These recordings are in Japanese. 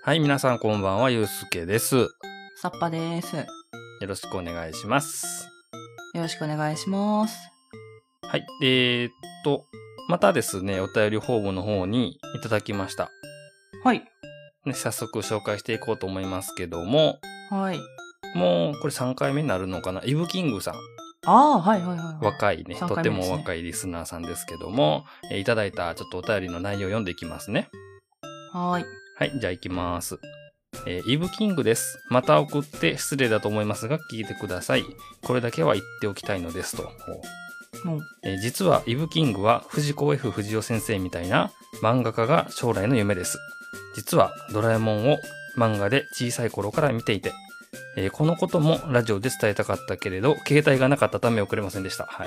はい、皆さんこんばんは、ゆうすけです。よさっぱです。よろしくお願いします。 ろしくお願いします。 はい、またですね、お便りフォームの方にいただきました。 はい。 ね、早速紹介していこうと思いますけども、 はい。 もうこれ3回目になるのかな、イブキングさん。 ああ、はいはいはい。 若いね、 3 とて回目ですねも若いリスナーさんですけども、いただいたちょっとお便りの内容を読んでいきますね。 はい。 はい、じゃあ行きます。イブキングです。また送って失礼だと思いますが聞いてください。これだけは言っておきたいのですと。実はイブキングは藤子 F 不二雄先生みたいな漫画家が将来の夢です。実はドラえもんを漫画で小さい頃から見ていて、このこともラジオで伝えたかったけれど携帯がなかったため送れませんでした。はい。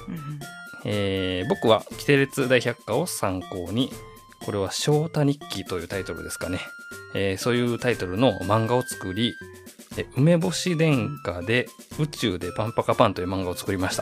僕はキテレツ大百科を参考に、これは翔太日記というタイトルですかね。そういうタイトルの漫画を作り、梅干し殿下で宇宙でパンパカパンという漫画を作りました。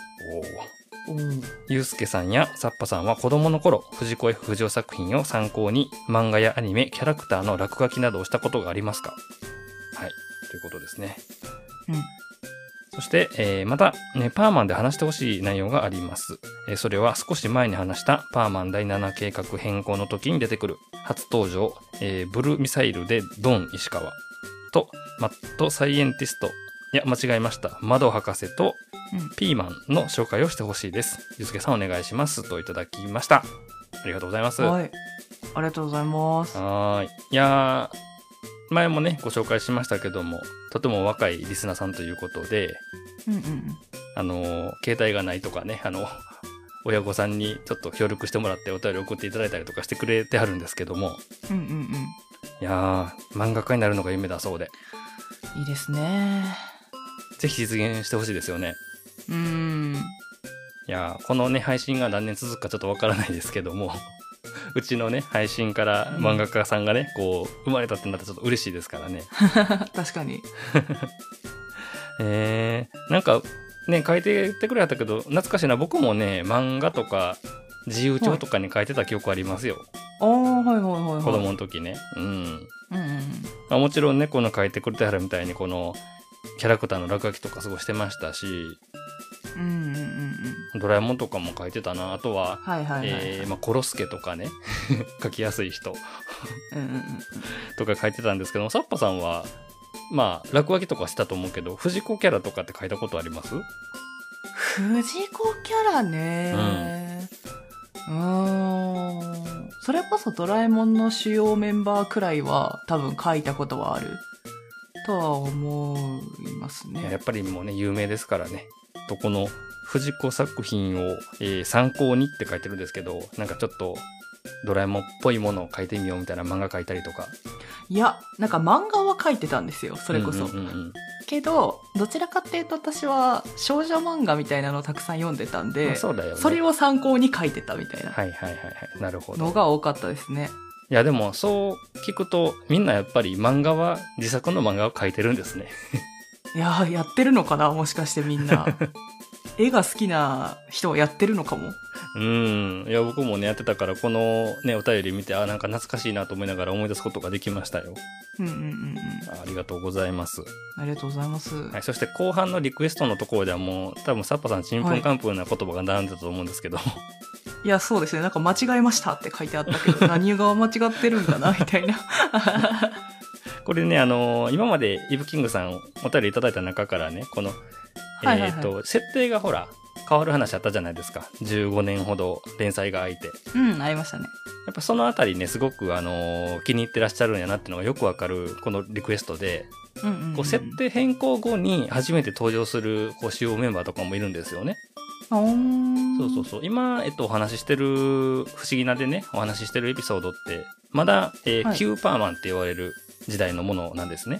ゆうすけさんやさっぱさんは子供の頃、藤子 F 不二雄作品を参考に漫画やアニメ、キャラクターの落書きなどをしたことがありますか？はい。ということですね。そして、また、ね、パーマンで話してほしい内容があります。それは少し前に話したパーマン第7計画変更の時に出てくる初登場、ブルミサイルでドン石川とマッドサイエンティスト、いや間違えました、窓博士とピーマンの紹介をしてほしいです。ゆうすけさんお願いしますといただきました。ありがとうございます。 はい。ありがとうございます。 はい。いやー、前もねご紹介しましたけども、とても若いリスナーさんということで、携帯がないとかね、親御さんにちょっと協力してもらってお便り送っていただいたりとかしてくれてはるんですけども、いやー、漫画家になるのが夢だそうで、 いいですね。 ぜひ実現してほしいですよね。いやー、このね配信が何年続くかちょっとわからないですけどもうちのね配信から漫画家さんがね、こう生まれたってなったらちょっと嬉しいですからね。 確かに。 なんかね書いてってくれはったけど懐かしいな。僕もね漫画とか自由帳とかに書いてた記憶ありますよ。 はい。 子供の時ね。もちろんねこの書いてくれてはるみたいにこのキャラクターの落書きとかすごいしてましたし、ドラえもんとかも書いてたな。あとはコロスケとかね書きやすい人とか書いてたんですけど、サッパさんはまあ落書きとかしたと思うけど、藤子キャラとかって書いたことあります？ 藤子キャラね。それこそドラえもんの主要メンバーくらいは多分書いたことはあるとは思いますね。 やっぱりもうね有名ですからね。とこの藤子作品を、参考にって書いてるんですけど、なんかちょっとドラえもんっぽいものを書いてみようみたいな漫画書いたりとか。 いや、なんか漫画は書いてたんですよ、それこそ。けどどちらかっていうと私は少女漫画みたいなのをたくさん読んでたんで、 そうだよね、 それを参考に書いてたみたいななるほどのが多かったですね。 いやでもそう聞くとみんなやっぱり漫画は自作の漫画を描いてるんですね。 いややってるのかな、もしかしてみんな絵が好きな人はやってるのかも。 いや僕もねやってたから、このねお便り見てなんか懐かしいなと思いながら思い出すことができましたよ。ありがとうございます。 ありがとうございます。 はい、そして後半のリクエストのところではもう多分サッパさんちんぷんかんぷんな言葉が並んでたと思うんですけど、 いやそうですね、なんか間違えましたって書いてあったけど何が間違ってるんだなみたいなこれね今までイブキングさんお便りいただいた中からね、この設定がほら変わる話あったじゃないですか。15年ほど連載が空いて。 ありましたね。 やっぱそのあたりねすごく気に入ってらっしゃるんやなっていうのがよくわかるこのリクエストで、こう設定変更後に初めて登場するこう主要メンバーとかもいるんですよね。そう今、お話ししてる不思議なでねお話ししてるエピソードってまだ、旧パーマンって言われる時代のものなんですね。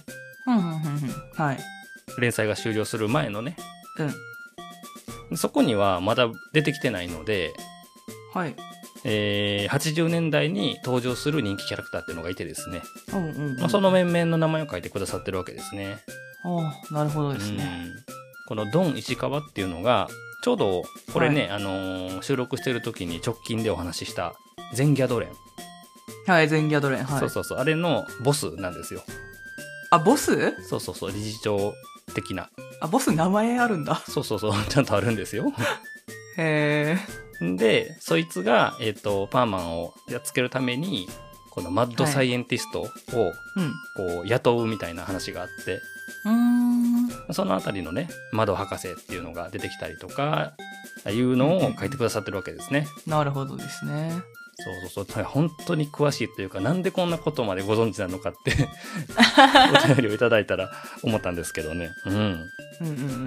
連載が終了する前のね。そこにはまだ出てきてないので、80年代に登場する人気キャラクターっていうのがいてですね、その面々の名前を書いてくださってるわけですね。 なるほどですね。 このドン石川っていうのがちょうどこれね、収録してる時に直近でお話ししたゼンギャドレンはい、全ギャドレン。はい。 そうそうそう。あれのボスなんですよ。 あ、ボス？ そうそうそう。理事長的な。 あ、ボス名前あるんだ。 そうそうそう。ちゃんとあるんですよ。 へー。で、そいつが、パーマンをやっつけるために、このマッドサイエンティストを、こう、雇うみたいな話があって、そのあたりのね、窓博士っていうのが出てきたりとか、いうのを書いてくださってるわけですね。 なるほどですね。 そうそうそう。本当に詳しいというか、なんでこんなことまでご存知なのかってお便りをいただいたら思ったんですけどね。うん。うんうんうん。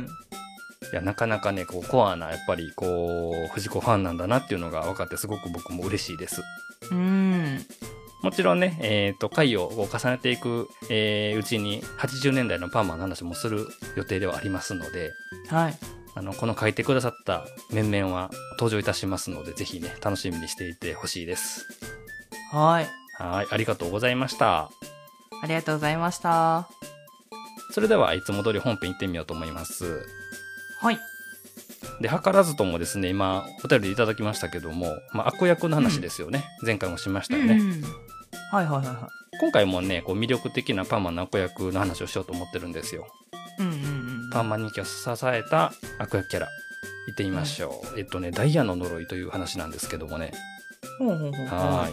いや、なかなかね、こう、コアな、やっぱり、こう、藤子ファンなんだなっていうのが分かって、すごく僕も嬉しいです。もちろんね、回を重ねていく、うちに80年代のパーマンの話もする予定ではありますので、 はい。 この書いてくださった面々は登場いたしますので、ぜひね、楽しみにしていてほしいです。 はい。 はい、ありがとうございました。 ありがとうございました。 それでは、いつも通り本編行ってみようと思います。 はい。 で、図らずともですね、今、お便りいただきましたけども、悪役の話ですよね。前回もしましたよね。 はいはいはいはい。 今回もね、こう魅力的なパーマンの悪役の話をしようと思ってるんですよ。パーマン人気を支えた悪役キャラ、行ってみましょう。ダイヤの呪いという話なんですけどもね。はい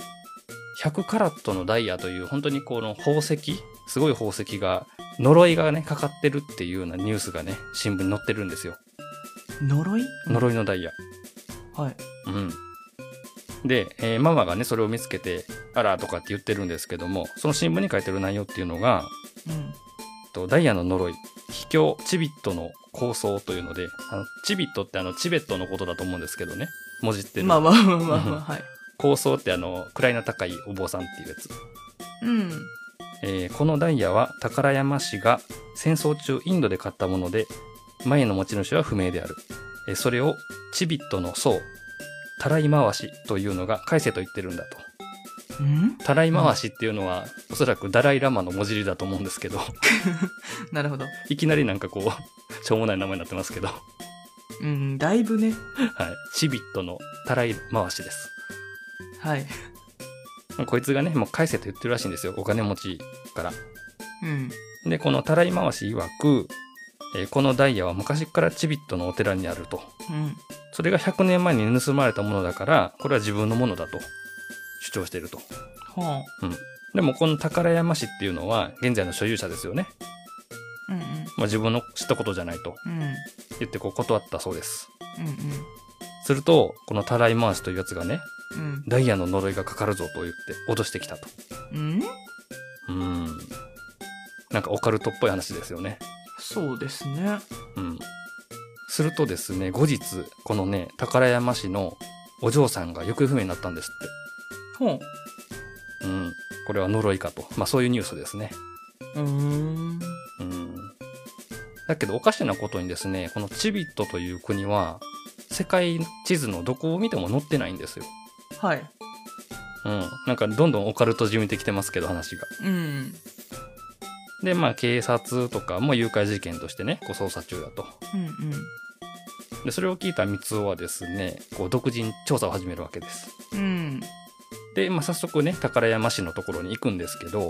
。100カラットのダイヤという、本当にこの宝石、すごい宝石が、呪いがね、かかってるっていうようなニュースがね、新聞に載ってるんですよ。 呪いのダイヤ。 はい。 うん。で、ママがね、それを見つけて、あらとかって言ってるんですけども、その新聞に書いてる内容っていうのが、ダイヤの呪い、秘境チビットの構想というので、チビットってチベットのことだと思うんですけどね、文字ってる。 まあ、はい。 構想って位の高いお坊さんっていうやつ。このダイヤは宝山氏が戦争中インドで買ったもので、前の持ち主は不明である。それをチビットの僧、たらい回しというのが返せと言ってるんだと。たらい回しっていうのは、おそらくダライラマの文字入りだと思うんですけど。 なるほど。 いきなりなんかこう、しょうもない名前になってますけど。 だいぶね。 はい。チビットのたらい回しです。 はい。 こいつがね、もう返せと言ってるらしいんですよ。お金持ちから。で、このたらい回し曰く、このダイヤは昔からチビットのお寺にあると。それが100年前に盗まれたものだから、これは自分のものだと主張していると。でもこの宝山氏っていうのは現在の所有者ですよね。自分の知ったことじゃないと言ってこう断ったそうです。すると、このたらい回しというやつがね、ダイヤの呪いがかかるぞと言って脅してきたと。なんかオカルトっぽい話ですよね。 そうですね。 するとですね、後日、このね、宝山市のお嬢さんが行方不明になったんですって。これは呪いかと。そういうニュースですね。だけどおかしなことにですね、このチビットという国は、世界地図のどこを見ても載ってないんですよ。 はい。 なんかどんどんオカルトじみてきてますけど、話が。で、警察とかも誘拐事件としてね、こう捜査中だと。で、それを聞いた三尾はですね、こう独自に調査を始めるわけです。で、早速ね、宝山市のところに行くんですけど、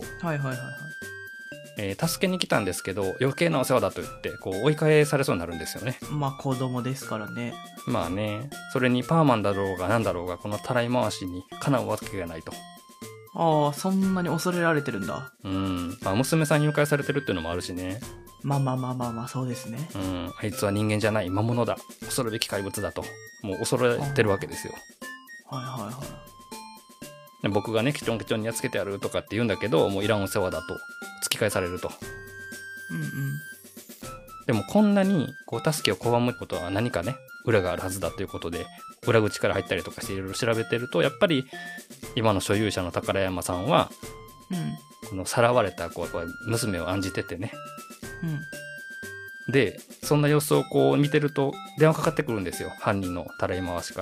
助けに来たんですけど、余計なお世話だと言って、こう追い返されそうになるんですよね。 子供ですからね。 それにパーマンだろうがなんだろうが、このたらい回しにかなうわけがないと。 ああ、そんなに恐れられてるんだ。 娘さん誘拐されてるっていうのもあるしね。 そうですね。 あいつは人間じゃない魔物だ。恐るべき怪物だと。もう恐れてるわけですよ。で僕がね、キチョンキチョンにやっつけてやるとかって言うんだけど、もういらんお世話だと突き返されると。でもこんなにこう助けを拒むことは何かね、裏があるはずだということで、裏口から入ったりとかしていろいろ調べてると、やっぱり今の所有者の宝山さんは、このさらわれたこう娘を案じててね。で、そんな様子をこう見てると電話かかってくるんですよ。犯人のたらい回しから。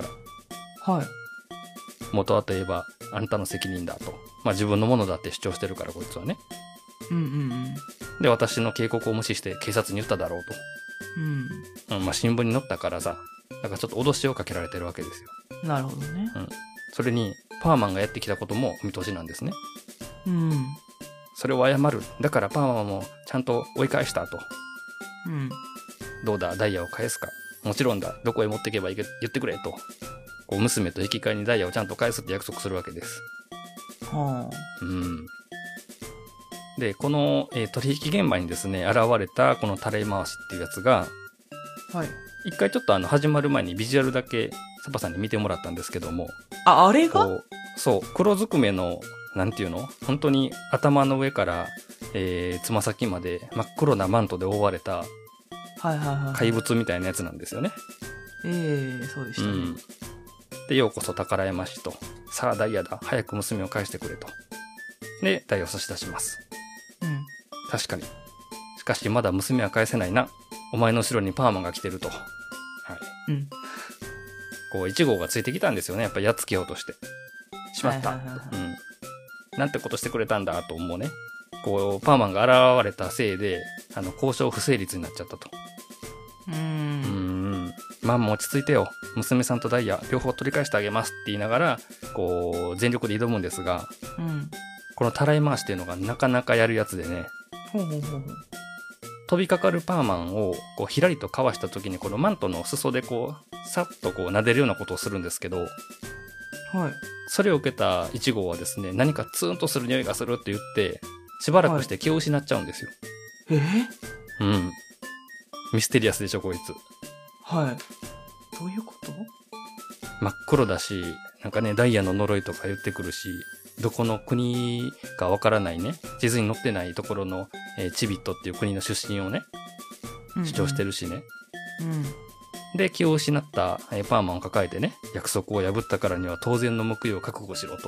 元はといえばあんたの責任だと。自分のものだって主張してるから、こいつはね。で、私の警告を無視して警察に言っただろうと。新聞に載ったからさ、だからちょっと脅しをかけられてるわけですよ。 なるほどね。 それに、 パーマンがやってきたこともお見通しなんですね。 うん。 それを謝る。だからパーマンもちゃんと追い返したと。 うん。 どうだ、ダイヤを返すか。もちろんだ、どこへ持ってけばいいか言ってくれと。こう娘と引き換えにダイヤをちゃんと返すって約束するわけです。 はあ。 うん。で、この、取引現場にですね、現れたこのたらい回しっていうやつが、 はい。 一回ちょっと始まる前にビジュアルだけサパさんに見てもらったんですけども、 あれがそう、黒ずくめの、なんていうの本当に頭の上から、つま先まで真っ黒なマントで覆われたはいはいはい。 怪物みたいなやつなんですよね。 そうでしたね。 うん。で、ようこそ宝山氏と。さあダイヤだ。早く娘を返してくれと。で、ダイヤを差し出します。 うん。 確かに。しかしまだ娘は返せないな。お前の後ろにパーマンが来てると。はい。 うん。 こう、1号がついてきたんですよね。やっぱやっつけようとして。しまった。 はいはいはいはい。 うん。なんてことしてくれたんだと思うね。こう、パーマンが現れたせいで、交渉不成立になっちゃったと。まあもう落ち着いてよ。娘さんとダイヤ、両方取り返してあげますって言いながら、こう、全力で挑むんですが、 うん。 このたらい回しっていうのがなかなかやるやつでね、 ほうほうほうほう。 飛びかかるパーマンをこうひらりとかわした時にこのマントの裾でこうさっとこう撫でるようなことをするんですけど、 はい。 それを受けた1号はですね、何かツーンとする匂いがするって言ってしばらくして気を失っちゃうんですよ。うん。ミステリアスでしょこいつ。 はい。どういうこと？ 真っ黒だし、なんかねダイヤの呪いとか言ってくるし、どこの国かわからないね、地図に載ってないところの、チビットっていう国の出身をね主張してるしね。で、気を失った、パーマンを抱えてね、約束を破ったからには当然の報いを覚悟しろと。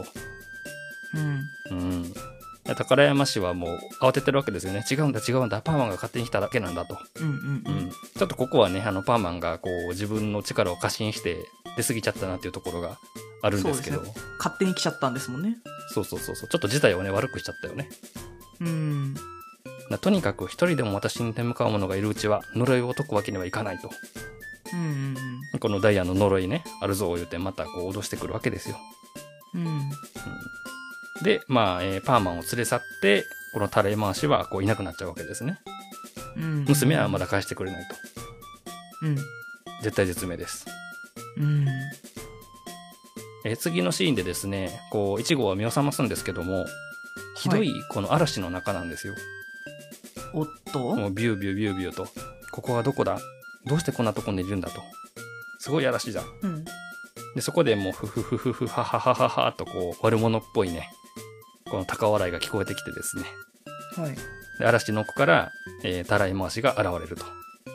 宝山氏はもう慌ててるわけですよね。違うんだ違うんだ、パーマンが勝手に来ただけなんだと。ちょっとここはね、パーマンがこう自分の力を過信して出過ぎちゃったなっていうところがあるんですけど。 そうですね。勝手に来ちゃったんですもんね。 そう。ちょっと事態をね、悪くしちゃったよね。とにかく一人でも私に手向かう者がいるうちは呪いを解くわけにはいかないと。このダイヤの呪いね、あるぞを言うてまたこう脅してくるわけですよ。で、まあ、パーマンを連れ去って、このたらい回しはこういなくなっちゃうわけですね。娘はまだ返してくれないと。絶対絶命です。次のシーンでですね、こう、1号は目を覚ますんですけども、ひどいこの嵐の中なんですよ。 おっと？ もうビュービュービュービューと、ここはどこだ？どうしてこんなとこにいるんだと。すごい嵐じゃん。で、そこでもう、ふふふふふはははははとこう、悪者っぽいね、この高笑いが聞こえてきてですね。で、嵐の奥から、たらい回しが現れると。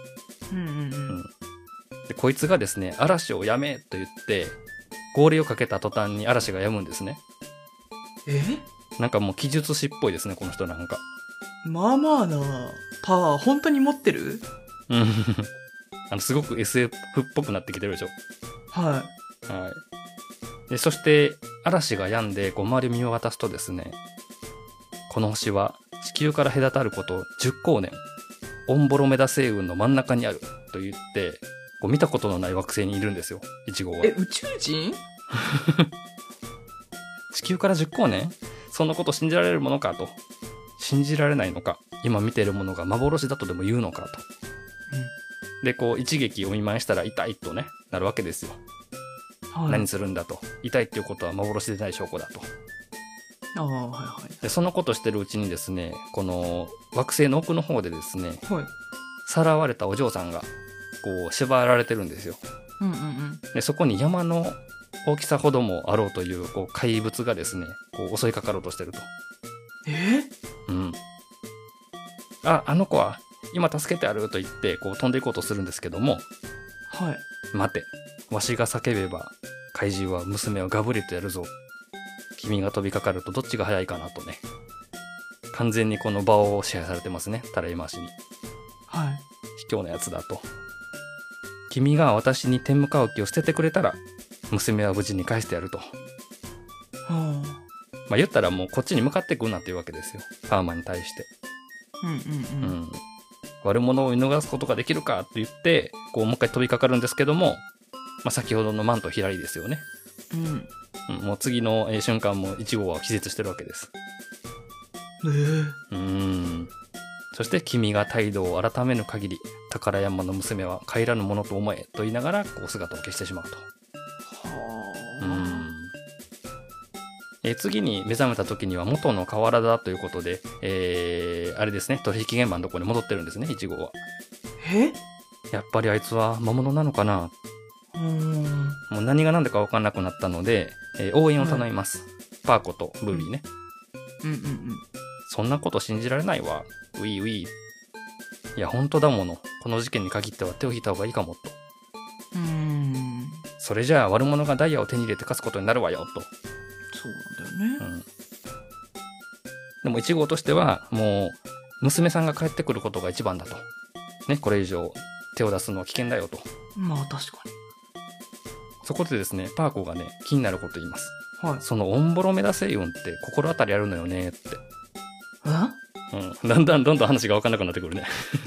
で、こいつがですね、嵐をやめと言って、号令をかけた途端に嵐が止むんですね。なんかもう記述師っぽいですね、この人なんか。 まあまあなパワー本当に持ってる？ すごく SF っぽくなってきてるでしょ。 はい。 で、そして嵐が止んでこう周りを見渡すとですね、この星は地球から隔たること10光年、オンボロメダ星雲の真ん中にあると言って、こう見たことのない惑星にいるんですよ、1号は。 宇宙人？ 地球から10光年？そんなこと信じられるものかと。信じられないのか、今見ているものが幻だとでも言うのかと。で、こう一撃お見舞いしたら痛いとね、なるわけですよ。何するんだと。痛いっていうことは幻でない証拠だと。で、そのことしてるうちにですね、この惑星の奥の方でですね、さらわれたお嬢さんがこう縛られてるんですよ。で、そこに山の大きさほどもあろうというこう怪物がですね、こう襲いかかろうとしてると。あの子は今助けてやると言ってこう飛んでいこうとするんですけども、待て、わしが叫べば怪獣は娘をガブリとやるぞ。君が飛びかかるとどっちが早いかなとね。完全にこの場を支配されてますね、たらい回しに。卑怯なやつだと。君が私に手向かう気を捨ててくれたら娘は無事に返してやると。まあ言ったらもうこっちに向かってくんなっていうわけですよ、パーマンに対して。悪者を見逃すことができるかって言ってこうもう一回飛びかかるんですけども、まあ、先ほどのマントひらりですよね。 もう次の瞬間も1号は気絶してるわけです。そして君が態度を改めぬ限り宝山の娘は帰らぬものと思えと言いながらこう姿を消してしまうと。次に目覚めた時には元の河原だということで、あれですね、取引現場のところに戻ってるんですね、1号は。やっぱりあいつは魔物なのかな。もう何が何だか分かんなくなったので、応援を頼みます。パーコとブービーね。そんなこと信じられないわ。ウィーウィー。いや、本当だもの。この事件に限っては手を引いた方がいいかもと。それじゃあ悪者がダイヤを手に入れて勝つことになるわよと。 そうなんだよね。 でも1号としてはもう娘さんが帰ってくることが一番だと。ね、これ以上手を出すのは危険だよと。 まあ確かに。 そこでですね、パーコがね、気になること言います。そのオンボロメダ星雲って心当たりあるのよねって。だんだんどんどん話が分かんなくなってくるね。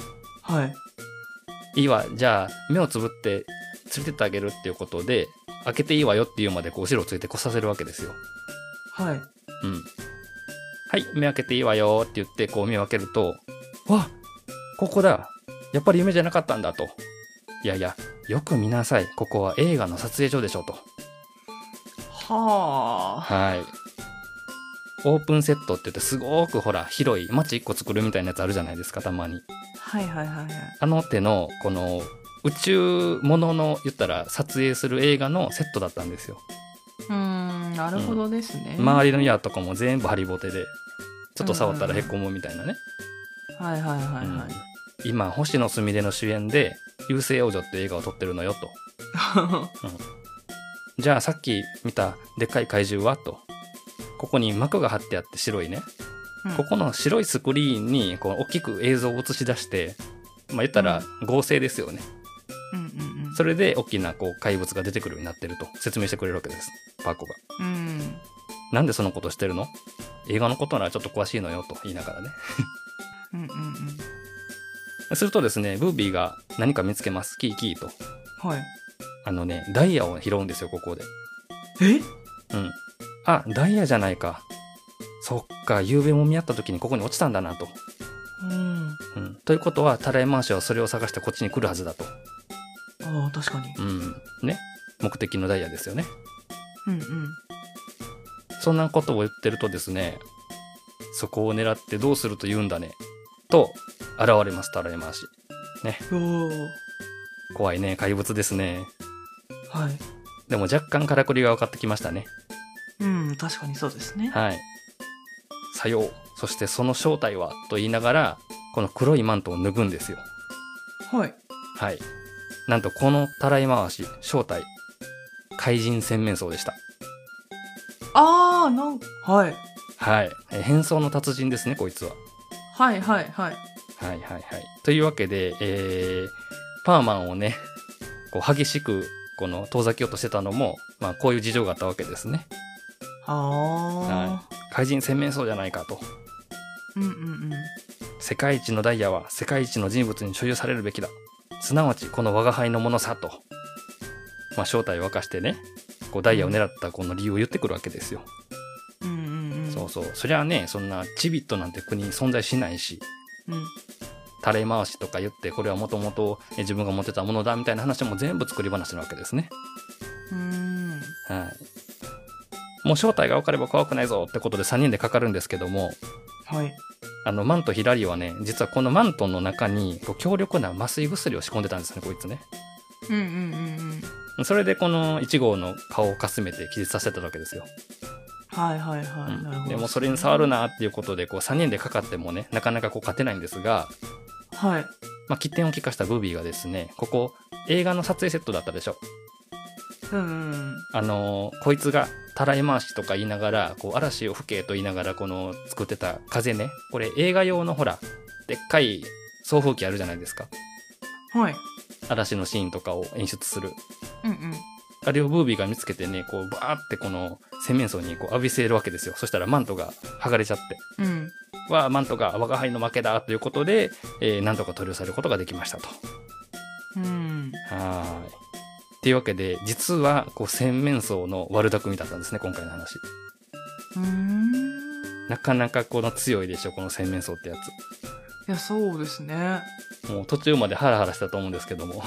いいわ、じゃあ目をつぶって連れてってあげるっていうことで、開けていいわよっていうまでこう後ろをついてこさせるわけですよ。はい、目開けていいわよって言ってこう目を開けると、わ、ここだ、やっぱり夢じゃなかったんだと。いやいや、よく見なさい、ここは映画の撮影所でしょと。オープンセットって言ってすごくほら広い街1個作るみたいなやつあるじゃないですか、たまに。あの手のこの宇宙ものの言ったら撮影する映画のセットだったんですよ。 なるほどですね。 周りの矢とかも全部ハリボテでちょっと触ったらへこむみたいなね。今星野すみれの主演で流星王女って映画を撮ってるのよと。じゃあさっき見たでっかい怪獣はと。ここに幕が張ってあって白いね、ここの白いスクリーンにこう大きく映像を映し出して、言ったら合成ですよね。それで大きなこう怪物が出てくるようになってると説明してくれるわけです、パーコが。なんでそのことしてるの？映画のことならちょっと詳しいのよと言いながらね。するとですね、ブービーが何か見つけます。キーキーと。ダイヤを拾うんですよ、ここで。あ、ダイヤじゃないか。そっか、夕べもみ合った時にここに落ちたんだなと。ということは、たらい回しはそれを探してこっちに来るはずだと。 確かに。 ね。目的のダイヤですよね。そんなことを言ってるとですね、そこを狙ってどうすると言うんだね。と、現れます、たらい回し。ね。怖いね、怪物ですね。でも若干からくりが分かってきましたね。 確かにそうですね。 さよう。そしてその正体はと言いながら、この黒いマントを脱ぐんですよ。なんとこのたらい回し、正体、怪人洗面槽でした。変装の達人ですね、こいつは。というわけで、パーマンをね、こう激しくこの遠ざけようとしてたのも、こういう事情があったわけですね。怪人洗面槽じゃないかと。世界一のダイヤは世界一の人物に所有されるべきだ。すなわちこの我が輩のものさと。正体を明かしてね、こうダイヤを狙ったこの理由を言ってくるわけですよ。そりゃあね、そんなチビットなんて国に存在しないし、たらい回しとか言ってこれはもともと自分が持ってたものだみたいな話も全部作り話なわけですね。もう正体が分かれば怖くないぞってことで3人でかかるんですけども、マント・ヒラリはね、実はこのマントの中にこう強力な麻酔薬を仕込んでたんですね、こいつね。それでこの1号の顔をかすめて気絶させてたわけですよ。でもそれに触るなっていうことでこう3人でかかってもね、なかなかこう勝てないんですが、起点を利かしたブービーがですね、ここ映画の撮影セットだったでしょ。こいつがたらい回しとか言いながらこう嵐を吹けと言いながらこの作ってた風ね、これ映画用のほらでっかい送風機あるじゃないですか。嵐のシーンとかを演出する、あれをブービーが見つけてね、こうバーってこの洗面槽にこう浴びせるわけですよ。そしたらマントが剥がれちゃって、マントが我が輩の負けだということで、なんとか取り押さえることができましたと。っっていうわけで、実は、こう、洗面槽の悪巧みだったんですね、今回の話。なかなかこの強いでしょ、この洗面槽ってやつ。 いや、そうですね。 もう途中までハラハラしたと思うんですけども。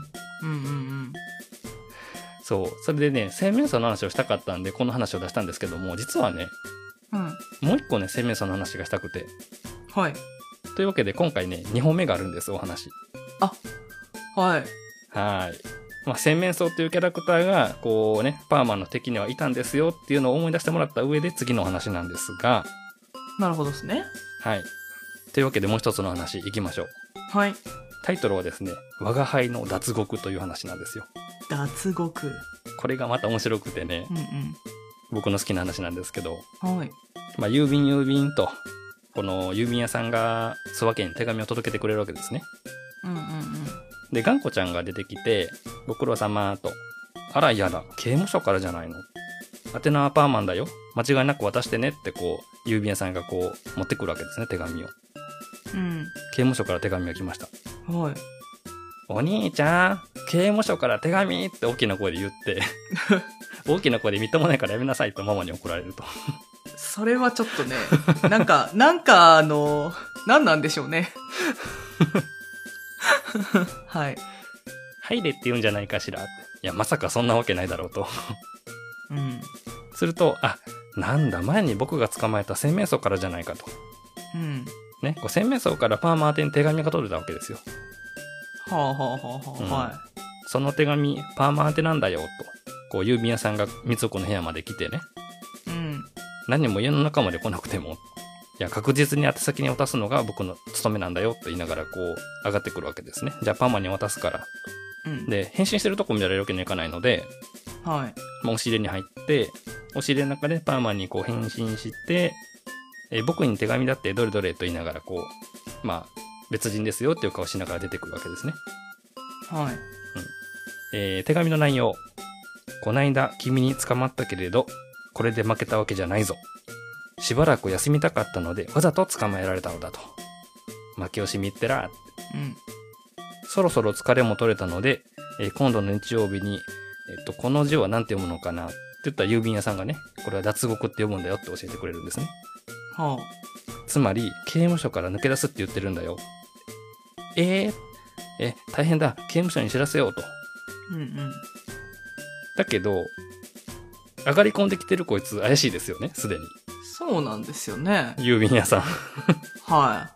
そう。それでね、洗面槽の話をしたかったんで、この話を出したんですけども、実はね、もう一個ね、洗面槽の話がしたくて。 はい。 というわけで、今回ね、2本目があるんです、お話。 あ、はい。 はい。まあ、洗面槽っていうキャラクターが、こうね、パーマンの敵にはいたんですよっていうのを思い出してもらった上で、次のお話なんですが。 なるほどですね。 はい。というわけで、もう一つの話、いきましょう。 はい。 タイトルはですね、我が輩の脱獄という話なんですよ。 脱獄。 これがまた面白くてね、僕の好きな話なんですけど、 はい。 まあ、郵便と、この郵便屋さんが諏訪家に手紙を届けてくれるわけですね。で、頑固ちゃんが出てきて、ご苦労様と、あらやだ、刑務所からじゃないの。宛名はパーマンだよ。間違いなく渡してねってこう、郵便屋さんがこう、持ってくるわけですね、手紙を。刑務所から手紙が来ました。 はい。 お兄ちゃん、刑務所から手紙って大きな声で言って、大きな声でみっともないからやめなさいとママに怒られると。 それはちょっとね、なんなんでしょうね。はい。 入れって言うんじゃないかしらって。いや、まさかそんなわけないだろうと。すると、あ、なんだ、前に僕が捕まえた洗面槽からじゃないかと。ね、こう洗面槽からパーマ宛てに手紙が届いたわけですよ。はい。その手紙、パーマ宛てなんだよ、と。こう、郵便屋さんがみつこの部屋まで来てね。何も家の中まで来なくても、いや、確実に宛先に渡すのが僕の務めなんだよ、と言いながら、こう、上がってくるわけですね。じゃあ、パーマに渡すから。で、返信してるとこ見られるわけにはいかないので、 はい。 まあ、押し入れに入って、押し入れの中でパーマにこう返信して、僕に手紙だってどれどれと言いながらこう、まあ、別人ですよっていう顔しながら出てくるわけですね。 はい。 手紙の内容。こないだ君に捕まったけれど、これで負けたわけじゃないぞ。しばらく休みたかったので、わざと捕まえられたのだと。負け惜しみってら。そろそろ疲れも取れたので、今度の日曜日に、この字は何て読むのかなって言ったら郵便屋さんがね、これは脱獄って読むんだよって教えてくれるんですね。つまり、刑務所から抜け出すって言ってるんだよ。大変だ。刑務所に知らせようと。だけど、上がり込んできてるこいつ怪しいですよね、すでに。 そうなんですよね。 郵便屋さん。 はい。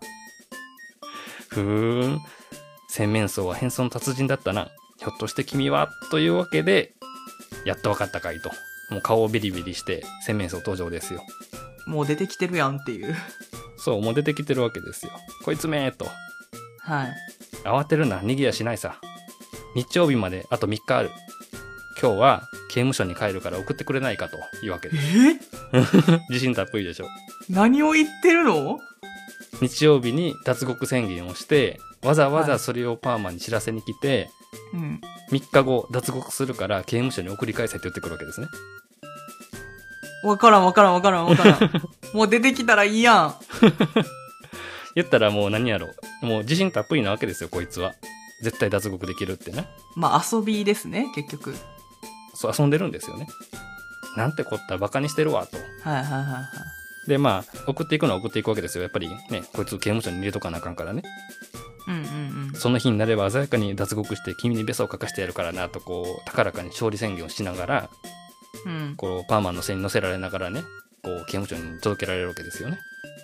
洗面槽は変装の達人だったな。ひょっとして君はというわけで、やっとわかったかいと。もう顔をビリビリして洗面槽登場ですよ。 もう出てきてるやんっていう。 そう、もう出てきてるわけですよ。こいつめーと。 はい。 慌てるな、逃げやしないさ。日曜日まであと3日ある。今日は刑務所に帰るから送ってくれないかというわけです。自信たっぷりでしょ。 何を言ってるの？ 日曜日に脱獄宣言をして、わざわざそれをパーマに知らせに来て、3日後脱獄するから刑務所に送り返せって言ってくるわけですね。 わからん。もう出てきたらいいやん。 言ったらもう何やろ。もう自信たっぷりなわけですよ、こいつは。絶対脱獄できるってね。 まあ遊びですね、結局。 そう、遊んでるんですよね。なんてこったバカにしてるわと。で、まあ、送っていくのは送っていくわけですよ。やっぱりね、こいつ刑務所に入れとかなあかんからね。その日になれば鮮やかに脱獄して君にベソをかかしてやるからなと、こう、高らかに勝利宣言をしながら、こう、パーマンの背に乗せられながらね、こう、刑務所に届けられるわけですよね。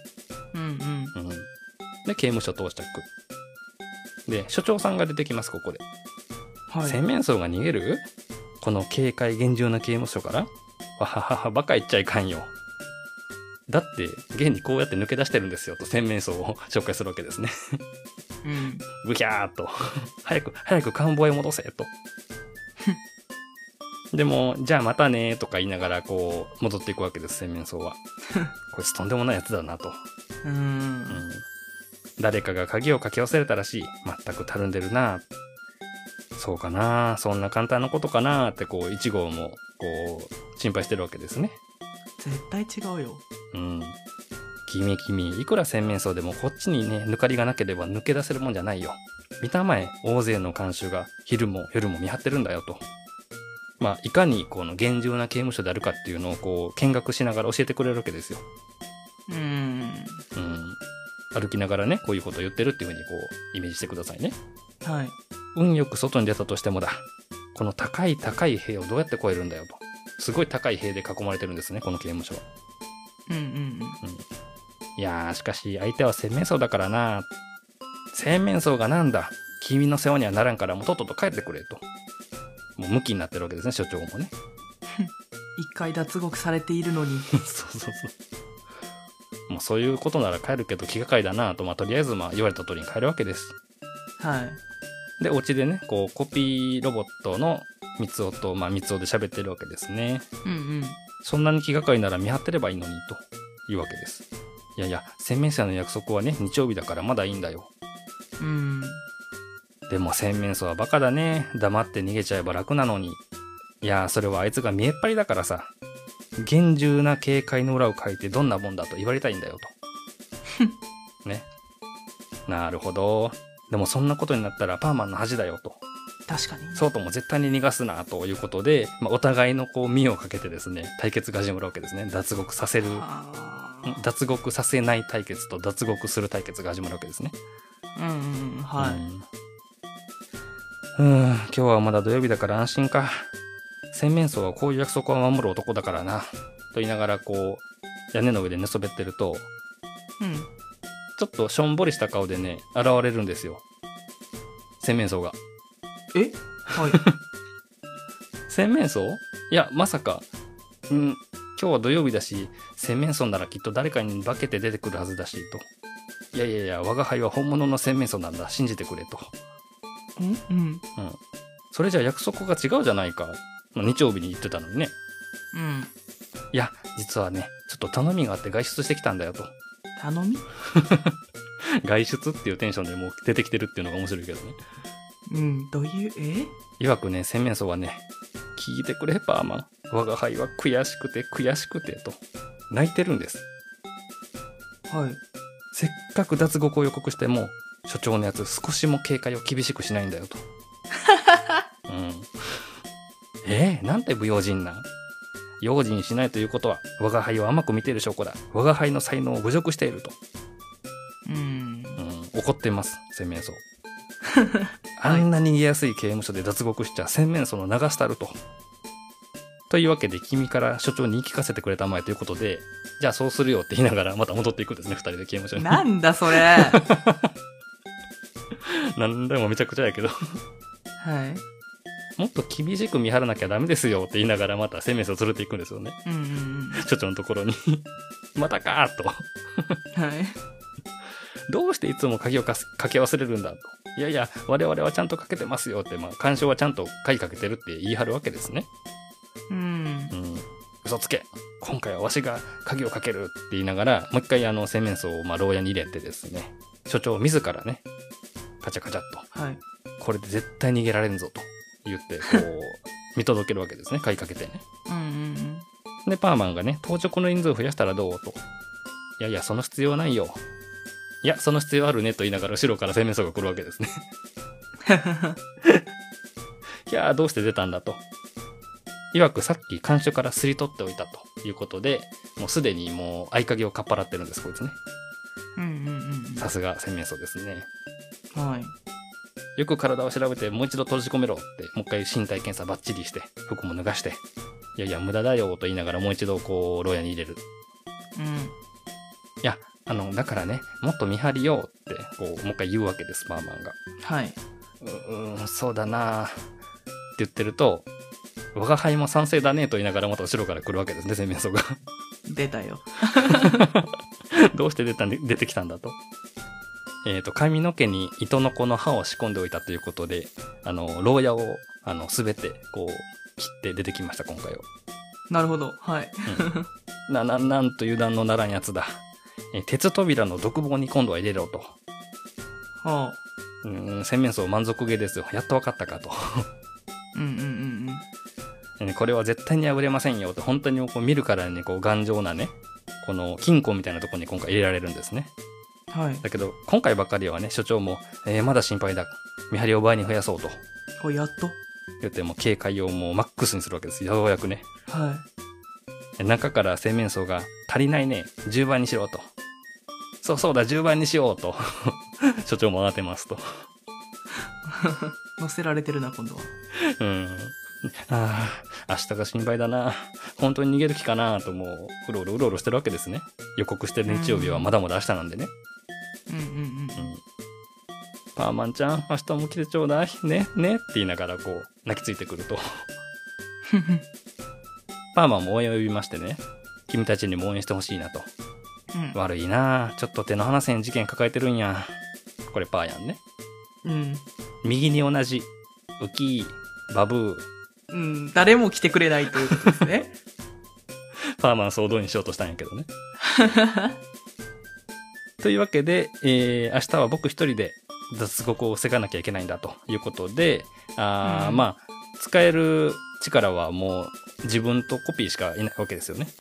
で、刑務所到着。で、所長さんが出てきます、ここで。洗面槽が逃げる？この警戒厳重な刑務所から？わははは、バカ言っちゃいかんよ。だって、現にこうやって抜け出してるんですよ、と洗面槽を紹介するわけですね。ブヒャーっと。早く官房へ戻せ、と。でも、じゃあまたね、とか言いながら、こう、戻っていくわけです、洗面槽は。こいつとんでもないやつだな、と。誰かが鍵をかけ忘れたらしい。全くたるんでるな。そうかな。そんな簡単なことかな。って、こう、1号も、こう、心配してるわけですね。 絶対違うよ。 君、いくら洗面槽でもこっちにね、抜かりがなければ抜け出せるもんじゃないよ。見たまえ、大勢の看守が昼も夜も見張ってるんだよと。 まあ、いかにこの厳重な刑務所であるかっていうのをこう見学しながら教えてくれるわけですよ。歩きながらね、こういうことを言ってるっていうふうにこうイメージしてくださいね。 はい。 運よく外に出たとしてもだ。この高い高い塀をどうやって越えるんだよと。すごい高い塀で囲まれてるんですね、この刑務所は。いやー、しかし相手は洗面槽だからな。洗面槽がなんだ。君の世話にはならんからもうとっとと帰ってくれと。もうムキになってるわけですね、所長もね。 一回脱獄されているのに。 もうそういうことなら帰るけど気がかりだなと、まあとりあえずまあ言われた通りに帰るわけです。 はい。 で、お家でね、こうコピーロボットの三つおと、まあ三つおで喋ってるわけですね。そんなに気がかりなら見張ってればいいのにというわけです。いやいや、洗面所の約束はね、日曜日だからまだいいんだよ。でも洗面槽はバカだね。黙って逃げちゃえば楽なのに。いや、それはあいつが見えっ張りだからさ。厳重な警戒の裏を書いてどんなもんだと言われたいんだよと。ね。なるほど。でもそんなことになったらパーマンの恥だよと。 確かに、ね。 そうとも絶対に逃がすなということで、まあ、お互いのこう身をかけてですね、対決が始まるわけですね。脱獄させる、脱獄させない対決と脱獄する対決が始まるわけですね。 はい。 今日はまだ土曜日だから安心か。洗面槽はこういう約束を守る男だからな。と言いながらこう、屋根の上で寝そべってると、ちょっとしょんぼりした顔でね、現れるんですよ。洗面槽が。 はい。 洗面槽？いや、まさか。今日は土曜日だし、洗面槽ならきっと誰かに化けて出てくるはずだし、と。いや、我が輩は本物の洗面槽なんだ。信じてくれ、と。それじゃ約束が違うじゃないか。日曜日に言ってたのにね。いや、実はね、ちょっと頼みがあって外出してきたんだよ、と。 頼み？ 外出っていうテンションでもう出てきてるっていうのが面白いけどね。 どういう、 いわくね、洗面槽はね、聞いてくれ、パーマン。我が輩は悔しくて、と。泣いてるんです。 はい。 せっかく脱獄を予告しても、所長のやつ少しも警戒を厳しくしないんだよ、と。なんて不用心なん？用心しないということは、我が輩を甘く見ている証拠だ。我が輩の才能を侮辱していると。怒ってます、洗面槽。あんな逃げやすい刑務所で脱獄しちゃ洗面槽の流したると。というわけで君から所長に言い聞かせてくれたまえということで、じゃあそうするよって言いながらまた戻っていくんですね、二人で刑務所に。 なんだそれ。 なんでもめちゃくちゃやけど。 はい。 もっと厳しく見張らなきゃダメですよって言いながらまた洗面槽を連れていくんですよね。所長のところに。またかーと。 はい。 どうしていつも鍵をかけ忘れるんだと。いや、我々はちゃんとかけてますよって、まあ、干渉はちゃんと鍵かけてるって言い張るわけですね。嘘つけ。今回はわしが鍵をかけるって言いながら、もう一回洗面槽をまあ牢屋に入れてですね、所長自らね、カチャカチャっと。 はい。 これで絶対逃げられんぞと言って、こう、見届けるわけですね、鍵かけてね。で、パーマンがね、当直の人数を増やしたらどうと。いや、その必要はないよ。いや、その必要あるねと言いながら後ろから洗面槽が来るわけですね。いや、どうして出たんだと。いわくさっき看守からすり取っておいたということで、もうすでにもう合鍵をかっぱらってるんです、こいつね。さすが洗面槽ですね。 はい。 よく体を調べてもう一度閉じ込めろって、もう一回身体検査バッチリして、服も脱がして、いや、無駄だよと言いながらもう一度こう、牢屋に入れる。いや、だからね、もっと見張りよって、こう、もう一回言うわけです、パーマンが。 はい。 そうだなって言ってると、我が輩も賛成だねと言いながらまた後ろから来るわけですね、洗面槽が。 出たよ。 どうして出てきたんだと。髪の毛に糸の子の刃を仕込んでおいたということで、牢屋を、すべて、こう、切って出てきました、今回は。 なるほど。はい。 なんと油断のならんやつだ。鉄扉の独房に今度は入れろと。 はあ。洗面槽満足げですよ。やっとわかったかと。これは絶対に破れませんよと。本当にこう見るからね、こう頑丈なね、この金庫みたいなところに今回入れられるんですね。 はい。 だけど、今回ばかりはね、所長も、まだ心配だ。見張りを倍に増やそうと。 やっと言っても警戒をもうマックスにするわけです。ようやくね。 はい。 中から洗面槽が足りないね。10倍にしろと。そうだ、10倍にしようと。所長も慌てますと。 乗せられてるな、今度は。 明日が心配だな。本当に逃げる気かなと、もう、うろうろしてるわけですね。予告してる日曜日はまだまだ明日なんでね。パーマンちゃん、明日も来てちょうだい。ねって言いながら、こう、泣きついてくると。パーマンも応援を呼びましてね。君たちにも応援してほしいなと。悪いな、ちょっと手の離せん事件抱えてるんや。これパーヤンね。右に同じ、ウキー、バブー。誰も来てくれないということですね。 パーマン総動員しようとしたんやけどね。というわけで、明日は僕一人で脱獄を防がなきゃいけないんだということで、まあ、使える力はもう自分とコピーしかいないわけですよね。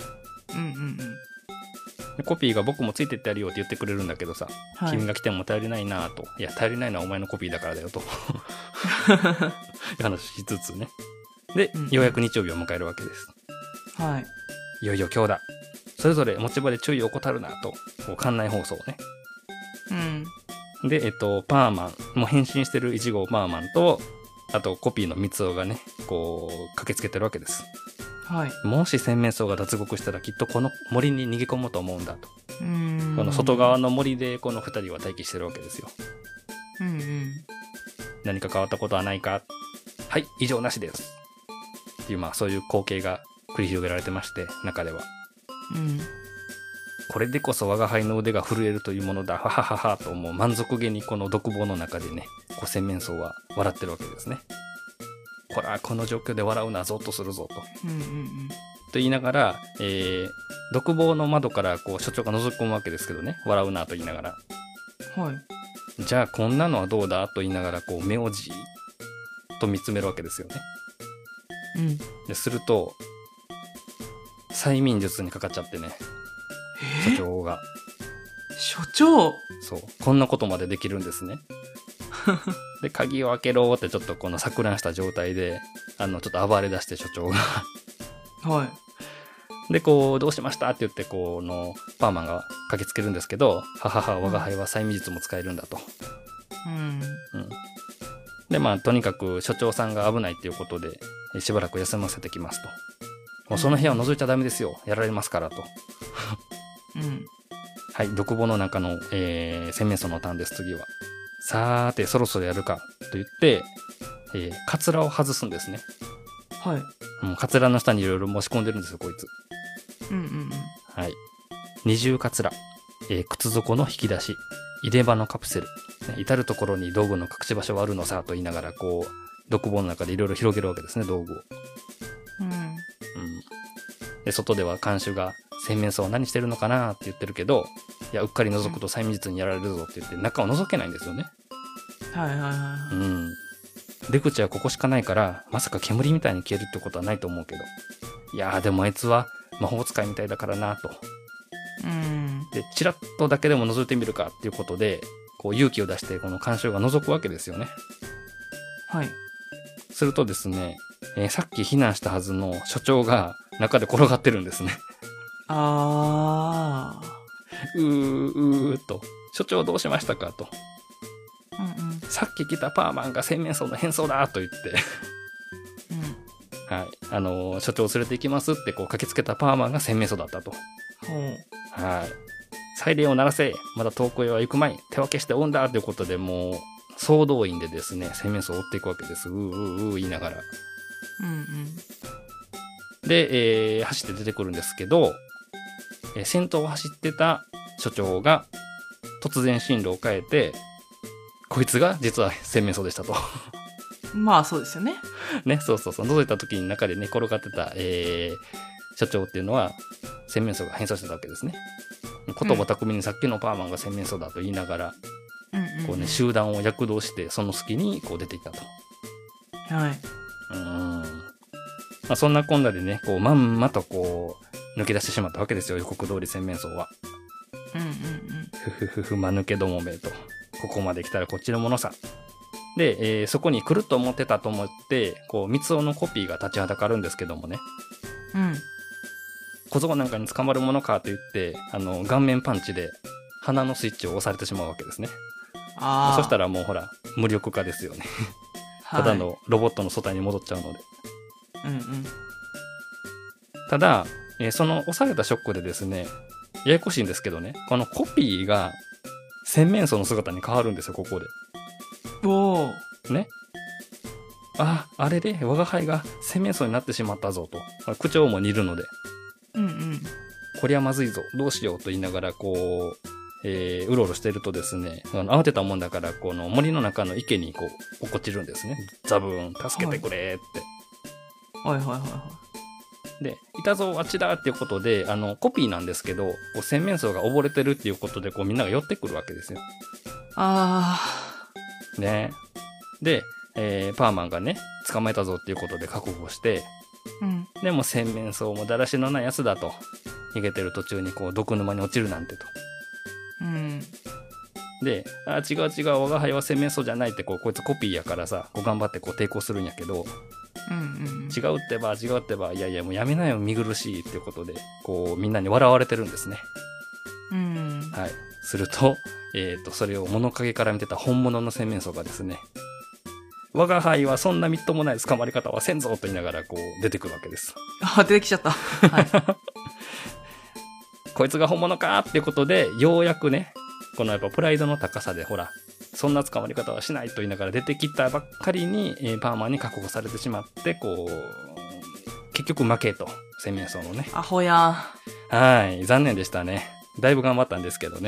コピーが僕もついてってやるよって言ってくれるんだけどさ、君が来ても頼りないなと。いや、頼りないのはお前のコピーだからだよと。いう話しつつね。で、ようやく日曜日を迎えるわけです。 はい。 いよいよ今日だ。それぞれ持ち場で注意を怠るなと、こう館内放送をね。で、パーマン、もう変身してる1号パーマンと、あとコピーの三つ男がね、こう、駆けつけてるわけです。 はい。 もし洗面槽が脱獄したらきっとこの森に逃げ込もうと思うんだと。この外側の森でこの2人は待機してるわけですよ。何か変わったことはないか？はい、異常なしです。っていう、まあそういう光景が繰り広げられてまして、中では。これでこそ我が輩の腕が震えるというものだ、ははははと、もう満足げにこの独房の中でね、こう洗面槽は笑ってるわけですね。ほら、この状況で笑うな、ゾッとするぞと。と言いながら、独房の窓からこう所長が覗き込むわけですけどね、笑うなと言いながら。 はい。 じゃあこんなのはどうだと言いながら、こう目をじーっと見つめるわけですよね。ですると、催眠術にかかっちゃってね、所長が。 所長！ そう、こんなことまでできるんですね。で、鍵を開けろってちょっとこの錯乱した状態で、ちょっと暴れ出して所長が。 はい。 で、こう、どうしましたって言って、この、パーマンが駆けつけるんですけど、ははは、我が輩は催眠術も使えるんだと。で、まあ、とにかく所長さんが危ないっていうことで、しばらく休ませてきますと。もうその部屋を覗いちゃダメですよ。やられますからと。はい、独房の中の、洗面槽のターンです、次は。さーて、そろそろやるか、と言って、カツラを外すんですね。 はい。 カツラの下にいろいろ申し込んでるんですよ、こいつ。はい。二重カツラ、靴底の引き出し、入れ歯のカプセル、ね、至るところに道具の隠し場所はあるのさ、と言いながら、こう、独房の中でいろいろ広げるわけですね、道具を。で、外では看守が、洗面槽は何してるのかなって言ってるけど、いや、うっかり覗くと催眠術にやられるぞって言って、中を覗けないんですよね。出口はここしかないから、まさか煙みたいに消えるってことはないと思うけど。いやー、でもあいつは魔法使いみたいだからなと。で、チラッとだけでも覗いてみるかっていうことで、こう勇気を出してこの看守が覗くわけですよね。 はい。 するとですね、さっき避難したはずの所長が中で転がってるんですね。と、所長どうしましたかと。さっき来たパーマンが洗面槽の変装だと言って、はい、所長を連れて行きますってこう駆けつけたパーマンが洗面槽だったと。はい。サイレンを鳴らせ、まだ遠くへは行くまい、手分けして追うんだということで、もう総動員でですね、洗面槽を追っていくわけです。言いながら。で、走って出てくるんですけど、先頭を走ってた所長が突然進路を変えて、こいつが実は洗面槽でしたと。 まあそうですよね。 ね、そう。覗いた時に中で寝転がってた、所長っていうのは洗面槽が変装してたわけですね。言葉巧みにさっきのパーマンが洗面槽だと言いながら、こうね、集団を躍動してその隙にこう出ていったと。 はい。 まあ、そんなこんなでね、こうまんまとこう抜け出してしまったわけですよ、予告通り洗面槽は。間抜けどもめと。ここまで来たらこっちのものさ。 で、そこに来ると思ってたと思って、こう、三尾のコピーが立ちはだかるんですけどもね。 うん。 小僧なんかに捕まるものかと言って、顔面パンチで鼻のスイッチを押されてしまうわけですね。そしたらもうほら、無力化ですよね。ただのロボットの素体に戻っちゃうので。 うんうん。 ただ、その押されたショックでですね、ややこしいんですけどね、このコピーが洗面槽の姿に変わるんですよ、ここで。 おー。ね。あれで我が輩が洗面槽になってしまったぞと。口調も似るので。 うんうん。 こりゃまずいぞ、どうしようと言いながら、こう、うろうろしてるとですね、慌てたもんだから、この森の中の池にこう、落っこちるんですね。ザブーン、助けてくれって。 はいはいはいはい。 で、いたぞ、あっちだっていうことで、コピーなんですけど、こう洗面槽が溺れてるっていうことで、こうみんなが寄ってくるわけですよ。ね。で、パーマンがね、捕まえたぞっていうことで覚悟して、 うん、 でも洗面槽もだらしのないやつだと。逃げてる途中にこう毒沼に落ちるなんてと。 うん。 で、違う違う、我が輩は洗面槽じゃないってこいつコピーやからさ、こう頑張ってこう抵抗するんやけど、 うんうん、 違うってば、いやいやもうやめなよ、見苦しいっていうことで、こうみんなに笑われてるんですね。 うん。 はい。すると、それを物陰から見てた本物の洗面槽がですね、我が輩はそんなみっともない捕まり方はせんぞと言いながらこう出てくるわけです。 出てきちゃった。はい。 こいつが本物かっていうことで、ようやくね、このやっぱプライドの高さでほら、そんな捕まり方はしないと言いながら出てきたばっかりに、パーマンに確保されてしまって、こう、結局負けと、洗面槽のね。 アホや。 はい、残念でしたね。だいぶ頑張ったんですけどね。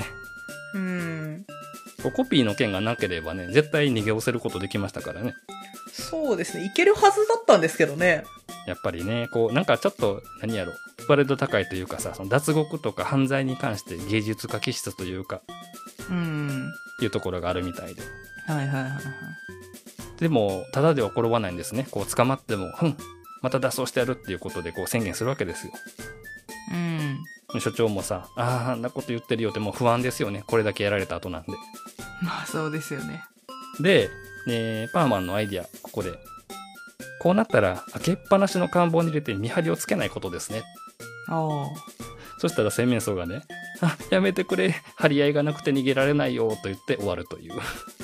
コピーの件がなければね、絶対逃げ押せることできましたからね。 そうですね、いけるはずだったんですけどね。 やっぱりね、こう、なんかちょっと、何やろ、プライド高いというかさ、その脱獄とか犯罪に関して芸術家気質というか、いうところがあるみたいで。 はいはいはいはい。 でも、ただでは転ばないんですね。こう、捕まっても、また脱走してやるっていうことで、こう、宣言するわけですよ。所長もさ、あんなこと言ってるよってもう不安ですよね。これだけやられた後なんで。 まあ、そうですよね。 で、パーマンのアイディア、ここで。こうなったら、開けっぱなしの看板に入れて見張りをつけないことですね。そしたら洗面槽がね、やめてくれ、張り合いがなくて逃げられないよ、と言って終わるという。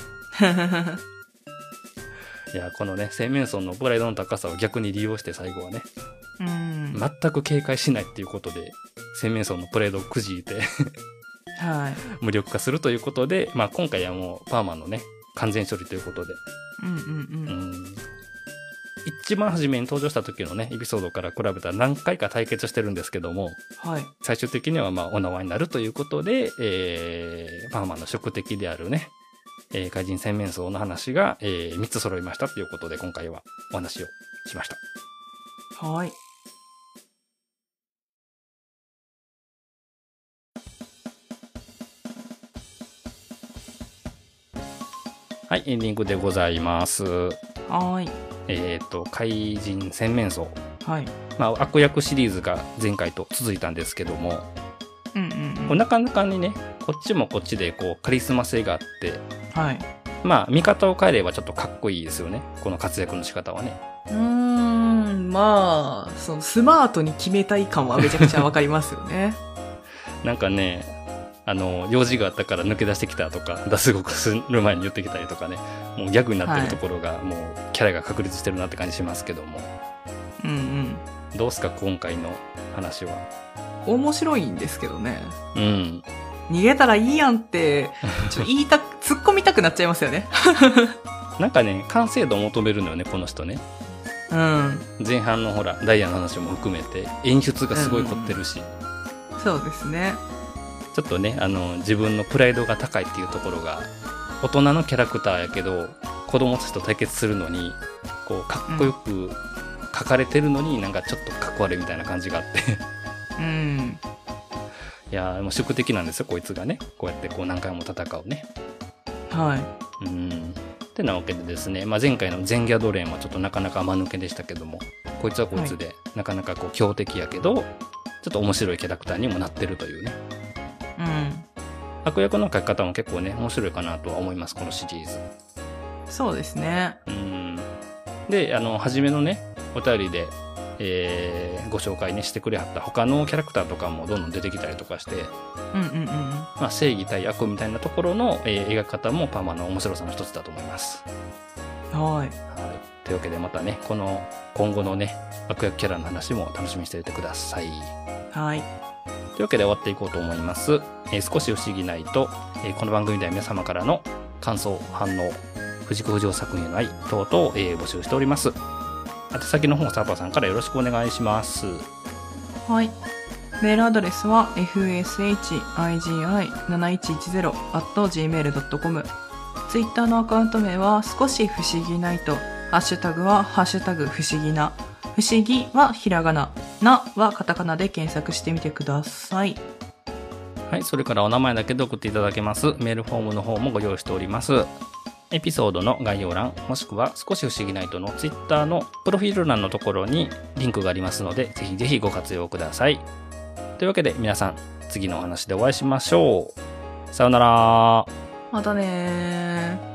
いや、このね、洗面槽のプライドの高さを逆に利用して最後はね、全く警戒しないっていうことで、洗面槽のプライドをくじいてはい、 無力化するということで、まあ今回はもうパーマンのね、完全処理ということで。一番初めに登場した時のね、エピソードから比べたら何回か対決してるんですけども、最終的にはまあお縄になるということで、パーマンの宿敵であるね、怪人洗面槽の話が、3つ揃いましたということで、今回はお話をしました。 はい。 はい、エンディングでございます。 はい。 怪人洗面槽。 はい。 まあ、悪役シリーズが前回と続いたんですけども、なかなかにね、こっちもこっちでこうカリスマ性があって、 はい。 まあ、見方を変えればちょっとかっこいいですよね。この活躍の仕方はね。 まあ、そのスマートに決めたい感はめちゃくちゃわかりますよね。 なんかね、用事があったから抜け出してきたとか、脱獄する前に言ってきたりとかね、もうギャグになってるところが、もうキャラが確立してるなって感じしますけども。どうすか、今回の話は。 面白いんですけどね。 逃げたらいいやんって、突っ込みたくなっちゃいますよね。 なんかね、完成度を求めるのよね、この人ね。前半のほら、ダイヤの話も含めて、演出がすごい凝ってるし。 そうですね。 ちょっとね、自分のプライドが高いっていうところが、大人のキャラクターやけど、子供たちと対決するのに、こう、かっこよく書かれてるのに、なんかちょっとかっこ悪いみたいな感じがあって。いやー、もう宿敵なんですよ、こいつがね。こうやってこう何回も戦うね。 はい。 ってなわけでですね、まあ、前回のゼンギャドレーンはちょっとなかなか間抜けでしたけども、こいつはこいつで、なかなかこう強敵やけど、ちょっと面白いキャラクターにもなってるというね。悪役の描き方も結構ね、面白いかなとは思います、このシリーズ。 そうですね。 で、初めのね、お便りで、ご紹介ねしてくれはった他のキャラクターとかもどんどん出てきたりとかして、まあ、正義対悪みたいなところの、描き方もパーマの面白さの一つだと思います。 はい。 というわけでまたね、今後のね、悪役キャラの話も楽しみにしておいてください。 はい。 というわけで終わっていこうと思います。少し不思議ないと、この番組では皆様からの感想、反応、藤子不二雄作品への愛等々、募集しております。宛先の方、サーパーさんからよろしくお願いします。 はい。メールアドレスは fshigi7110@gmail.com。ツイッターのアカウント名は少し不思議ないと。ハッシュタグはハッシュタグ不思議な。不思議はひらがな。なはカタカナで検索してみてください。 はい。それからお名前だけで送っていただけますメールフォームの方もご用意しております。エピソードの概要欄もしくは少し不思議ナイトのツイッターのプロフィール欄のところにリンクがありますので、ぜひぜひご活用ください。というわけで皆さん、次のお話でお会いしましょう。さようなら。 またねー。